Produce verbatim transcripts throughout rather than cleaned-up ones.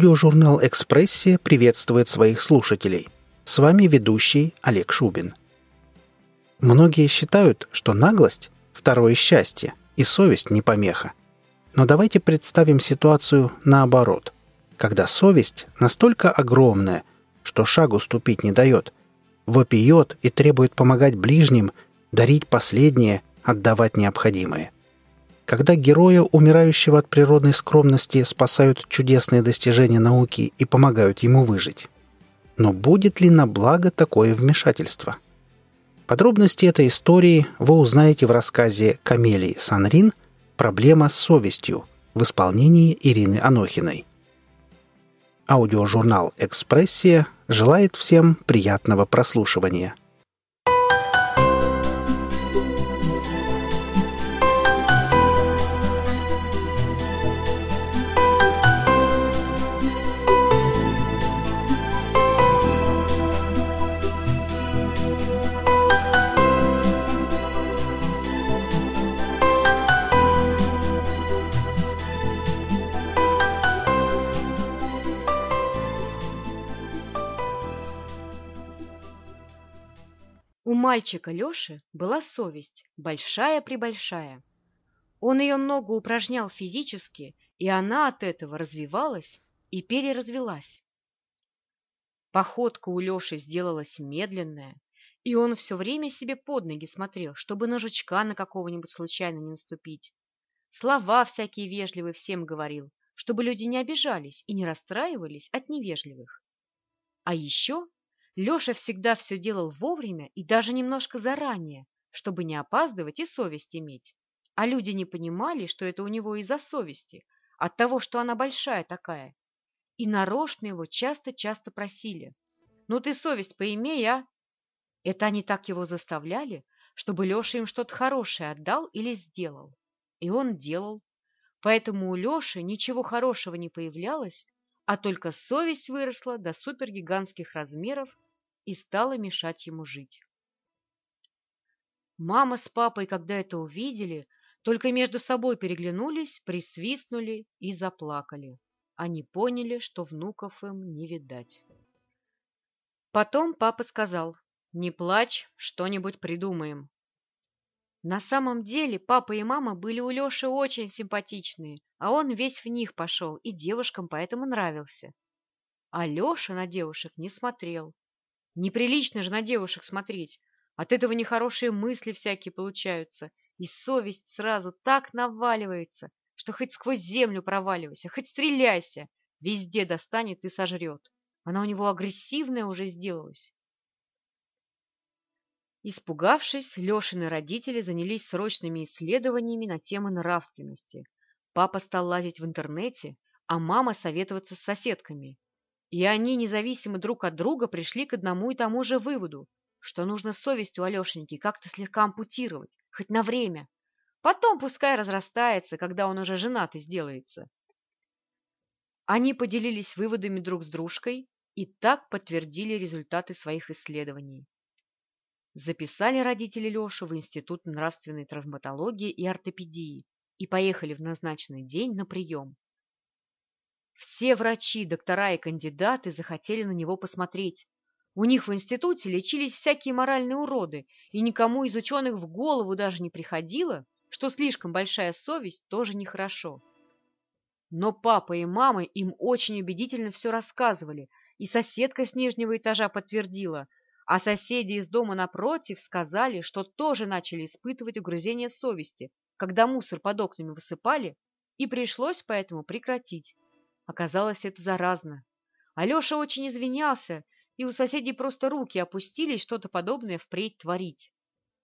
Аудиожурнал «Экспрессия» приветствует своих слушателей. С вами ведущий Олег Шубин. Многие считают, что наглость – второе счастье, и совесть не помеха. Но давайте представим ситуацию наоборот, когда совесть настолько огромная, что шагу ступить не дает, вопиет и требует помогать ближним, дарить последнее, отдавать необходимое. Когда героя, умирающего от природной скромности, спасают чудесные достижения науки и помогают ему выжить. Но будет ли на благо такое вмешательство? Подробности этой истории вы узнаете в рассказе Камелии Санрин «Проблема с совестью» в исполнении Ирины Анохиной. Аудиожурнал «Экспрессия» желает всем приятного прослушивания. У мальчика Лёши была совесть, большая-пребольшая. Он ее много упражнял физически, и она от этого развивалась и переразвилась. Походка у Лёши сделалась медленная, и он все время себе под ноги смотрел, чтобы на жучка на какого-нибудь случайно не наступить. Слова всякие вежливые всем говорил, чтобы люди не обижались и не расстраивались от невежливых. А еще Леша всегда все делал вовремя и даже немножко заранее, чтобы не опаздывать и совесть иметь. А люди не понимали, что это у него из-за совести, от того, что она большая такая. И нарочно его часто-часто просили: «Ну ты совесть поимей, а!» Это они так его заставляли, чтобы Леша им что-то хорошее отдал или сделал. И он делал. Поэтому у Леши ничего хорошего не появлялось, а только совесть выросла до супергигантских размеров и стала мешать ему жить. Мама с папой, когда это увидели, только между собой переглянулись, присвистнули и заплакали. Они поняли, что внуков им не видать. Потом папа сказал: «Не плачь, что-нибудь придумаем». На самом деле папа и мама были у Леши очень симпатичные, а он весь в них пошел и девушкам поэтому нравился. А Леша на девушек не смотрел. Неприлично же на девушек смотреть. От этого нехорошие мысли всякие получаются, и совесть сразу так наваливается, что хоть сквозь землю проваливайся, хоть стреляйся, везде достанет и сожрет. Она у него агрессивная уже сделалась. Испугавшись, Лешины родители занялись срочными исследованиями на темы нравственности. Папа стал лазить в интернете, а мама советоваться с соседками. И они, независимо друг от друга, пришли к одному и тому же выводу, что нужно совесть у Алешеньки как-то слегка ампутировать, хоть на время. Потом пускай разрастается, когда он уже женат и сделается. Они поделились выводами друг с дружкой и так подтвердили результаты своих исследований. Записали родители Лешу в Институт нравственной травматологии и ортопедии и поехали в назначенный день на прием. Все врачи, доктора и кандидаты захотели на него посмотреть. У них в институте лечились всякие моральные уроды, и никому из ученых в голову даже не приходило, что слишком большая совесть тоже нехорошо. Но папа и мама им очень убедительно все рассказывали, и соседка с нижнего этажа подтвердила, а соседи из дома напротив сказали, что тоже начали испытывать угрызение совести, когда мусор под окнами высыпали, и пришлось поэтому прекратить. Оказалось, это заразно. Алеша очень извинялся, и у соседей просто руки опустились что-то подобное впредь творить.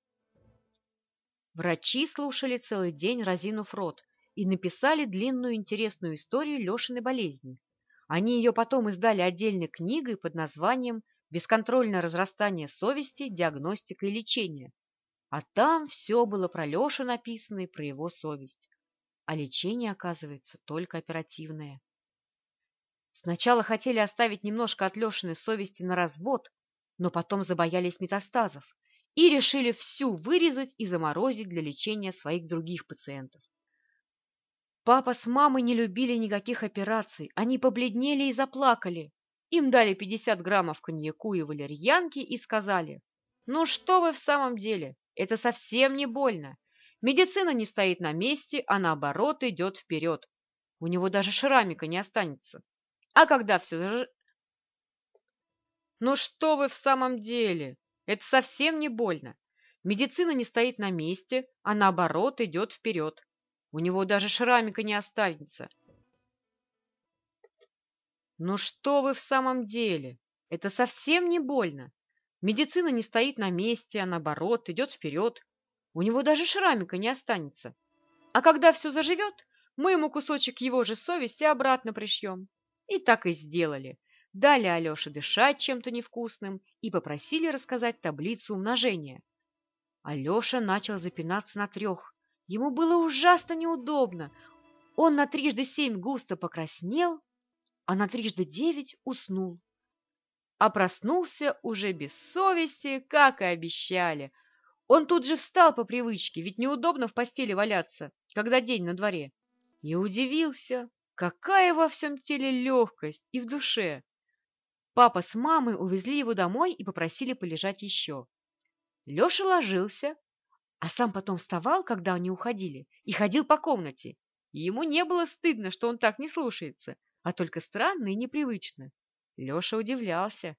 Врачи слушали целый день, разинув рот, и написали длинную интересную историю Лешиной болезни. Они ее потом издали отдельной книгой под названием «Бесконтрольное разрастание совести, диагностика и лечение». А там все было про Лешу написано и про его совесть. А лечение, оказывается, только оперативное. Сначала хотели оставить немножко от Лешиной совести на развод, но потом забоялись метастазов и решили всю вырезать и заморозить для лечения своих других пациентов. Папа с мамой не любили никаких операций, они побледнели и заплакали. Им дали пятьдесят граммов коньяку и валерьянки и сказали: «Ну что вы в самом деле, это совсем не больно. Медицина не стоит на месте, а наоборот идет вперед. У него даже шрамика не останется. А когда все... заж- Ну что вы в самом деле, это совсем не больно. Медицина не стоит на месте, а наоборот идет вперед. У него даже шрамика не останется. Ну что вы в самом деле? Это совсем не больно. Медицина не стоит на месте, а наоборот идет вперед. У него даже шрамика не останется. А когда все заживет, мы ему кусочек его же совести обратно пришьем». И так и сделали. Дали Алёше дышать чем-то невкусным и попросили рассказать таблицу умножения. Алёша начал запинаться на трех. Ему было ужасно неудобно. Он на трижды семь густо покраснел, а на трижды девять уснул. А проснулся уже без совести, как и обещали. Он тут же встал по привычке, ведь неудобно в постели валяться, когда день на дворе. И удивился, какая во всем теле легкость и в душе. Папа с мамой увезли его домой и попросили полежать еще. Леша ложился, а сам потом вставал, когда они уходили, и ходил по комнате. И ему не было стыдно, что он так не слушается, а только странно и непривычно. Леша удивлялся.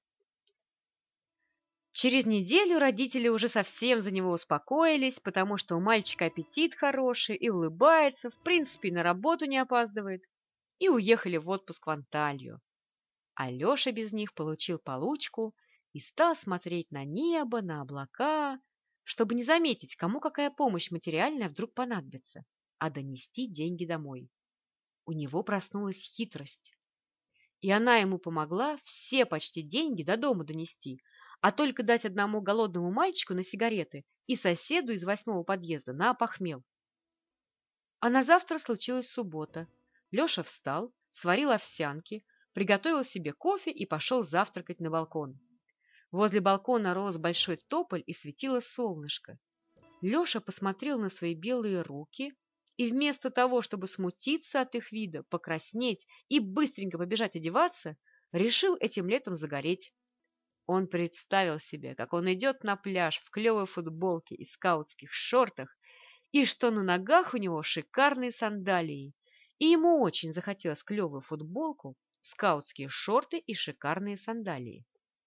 Через неделю родители уже совсем за него успокоились, потому что у мальчика аппетит хороший и улыбается, в принципе, на работу не опаздывает, и уехали в отпуск в Анталью. А Леша без них получил получку и стал смотреть на небо, на облака, чтобы не заметить, кому какая помощь материальная вдруг понадобится, а донести деньги домой. У него проснулась хитрость, и она ему помогла все почти деньги до дома донести, а только дать одному голодному мальчику на сигареты и соседу из восьмого подъезда на опохмел. А на завтра случилась суббота. Леша встал, сварил овсянки, приготовил себе кофе и пошел завтракать на балкон. Возле балкона рос большой тополь и светило солнышко. Леша посмотрел на свои белые руки и вместо того, чтобы смутиться от их вида, покраснеть и быстренько побежать одеваться, решил этим летом загореть. Он представил себе, как он идет на пляж в клевой футболке и скаутских шортах, и что на ногах у него шикарные сандалии. И ему очень захотелось клевую футболку, скаутские шорты и шикарные сандалии.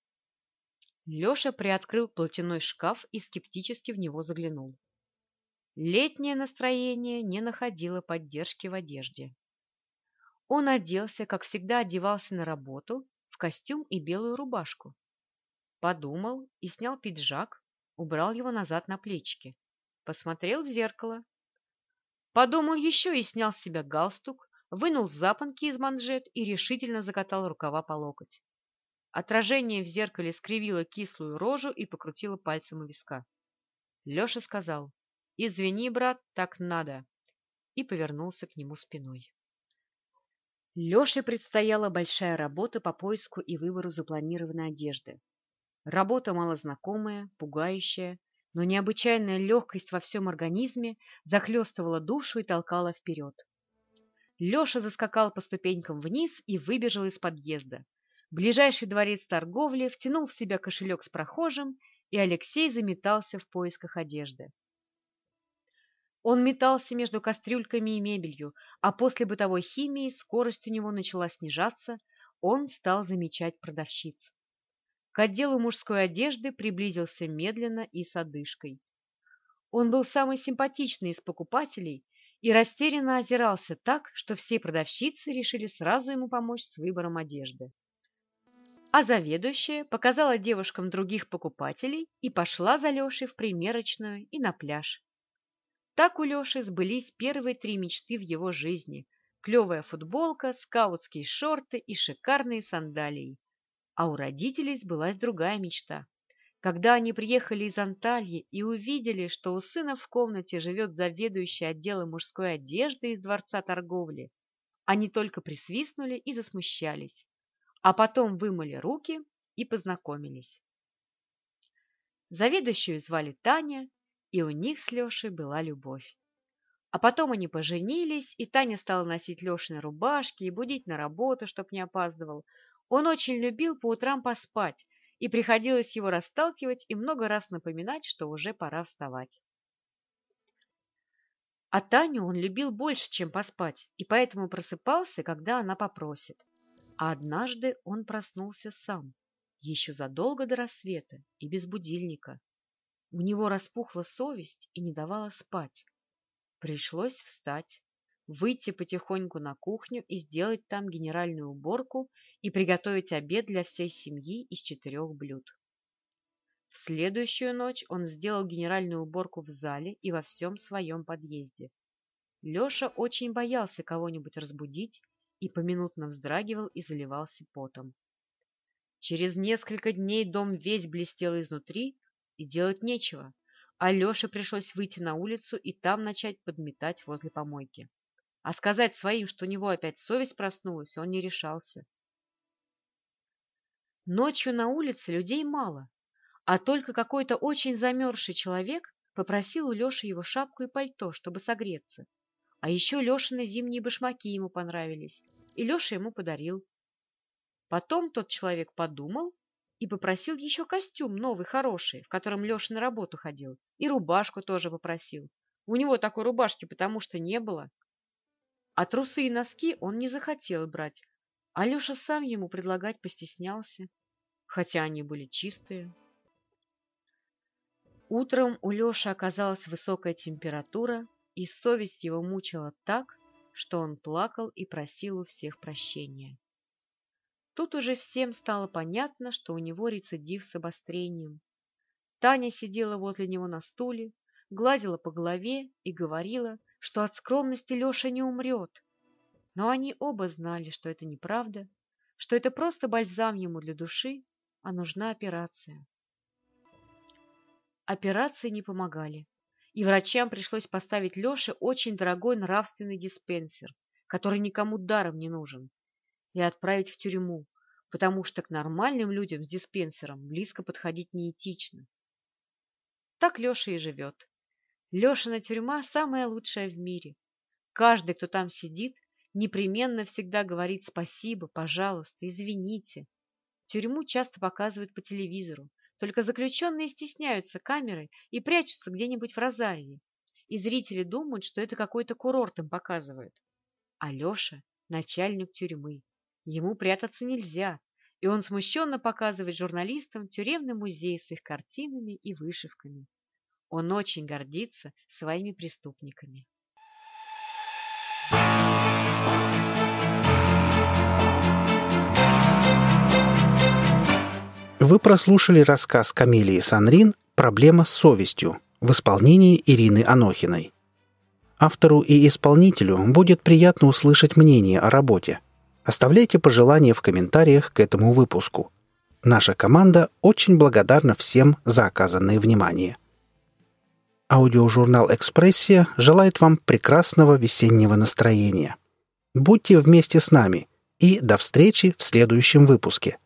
Леша приоткрыл платяной шкаф и скептически в него заглянул. Летнее настроение не находило поддержки в одежде. Он оделся, как всегда одевался на работу, в костюм и белую рубашку. Подумал и снял пиджак, убрал его назад на плечики. Посмотрел в зеркало. Подумал еще и снял с себя галстук, вынул запонки из манжет и решительно закатал рукава по локоть. Отражение в зеркале скривило кислую рожу и покрутило пальцем у виска. Леша сказал: «Извини, брат, так надо», и повернулся к нему спиной. Леше предстояла большая работа по поиску и выбору запланированной одежды. Работа малознакомая, пугающая, но необычайная легкость во всем организме захлестывала душу и толкала вперед. Леша заскакал по ступенькам вниз и выбежал из подъезда. Ближайший дворец торговли втянул в себя кошелек с прохожим, и Алексей заметался в поисках одежды. Он метался между кастрюльками и мебелью, а после бытовой химии скорость у него начала снижаться, он стал замечать продавщиц. К отделу мужской одежды приблизился медленно и с одышкой. Он был самый симпатичный из покупателей и растерянно озирался так, что все продавщицы решили сразу ему помочь с выбором одежды. А заведующая показала девушкам других покупателей и пошла за Лешей в примерочную и на пляж. Так у Леши сбылись первые три мечты в его жизни: клевая футболка, скаутские шорты и шикарные сандалии. А у родителей сбылась другая мечта. Когда они приехали из Антальи и увидели, что у сына в комнате живет заведующий отделом мужской одежды из дворца торговли, они только присвистнули и засмущались, а потом вымыли руки и познакомились. Заведующую звали Таня, и у них с Лешей была любовь. А потом они поженились, и Таня стала носить Лешины рубашки и будить на работу, чтоб не опаздывал. Он очень любил по утрам поспать, и приходилось его расталкивать и много раз напоминать, что уже пора вставать. А Таню он любил больше, чем поспать, и поэтому просыпался, когда она попросит. А однажды он проснулся сам, еще задолго до рассвета и без будильника. У него распухла совесть и не давала спать. Пришлось встать, выйти потихоньку на кухню и сделать там генеральную уборку и приготовить обед для всей семьи из четырех блюд. В следующую ночь он сделал генеральную уборку в зале и во всем своем подъезде. Леша очень боялся кого-нибудь разбудить и поминутно вздрагивал и заливался потом. Через несколько дней дом весь блестел изнутри, и делать нечего, а Леше пришлось выйти на улицу и там начать подметать возле помойки. А сказать своим, что у него опять совесть проснулась, он не решался. Ночью на улице людей мало, а только какой-то очень замерзший человек попросил у Леши его шапку и пальто, чтобы согреться. А еще Лешины зимние башмаки ему понравились, и Леша ему подарил. Потом тот человек подумал и попросил еще костюм новый, хороший, в котором Леша на работу ходил, и рубашку тоже попросил. У него такой рубашки потому что не было. А трусы и носки он не захотел брать, а Леша сам ему предлагать постеснялся, хотя они были чистые. Утром у Леши оказалась высокая температура, и совесть его мучила так, что он плакал и просил у всех прощения. Тут уже всем стало понятно, что у него рецидив с обострением. Таня сидела возле него на стуле, гладила по голове и говорила, что от скромности Леша не умрет. Но они оба знали, что это неправда, что это просто бальзам ему для души, а нужна операция. Операции не помогали, и врачам пришлось поставить Леше очень дорогой нравственный диспенсер, который никому даром не нужен, и отправить в тюрьму, потому что к нормальным людям с диспенсером близко подходить неэтично. Так Леша и живет. Лешина тюрьма самая лучшая в мире. Каждый, кто там сидит, непременно всегда говорит спасибо, пожалуйста, извините. Тюрьму часто показывают по телевизору, только заключенные стесняются камеры и прячутся где-нибудь в розарии. И зрители думают, что это какой-то курорт им показывают. А Леша – начальник тюрьмы. Ему прятаться нельзя, и он смущенно показывает журналистам тюремный музей с их картинами и вышивками. Он очень гордится своими преступниками. Вы прослушали рассказ Камелии Санрин «Проблема с совестью» в исполнении Ирины Анохиной. Автору и исполнителю будет приятно услышать мнение о работе. Оставляйте пожелания в комментариях к этому выпуску. Наша команда очень благодарна всем за оказанное внимание. Аудиожурнал «Экспрессия» желает вам прекрасного весеннего настроения. Будьте вместе с нами и до встречи в следующем выпуске.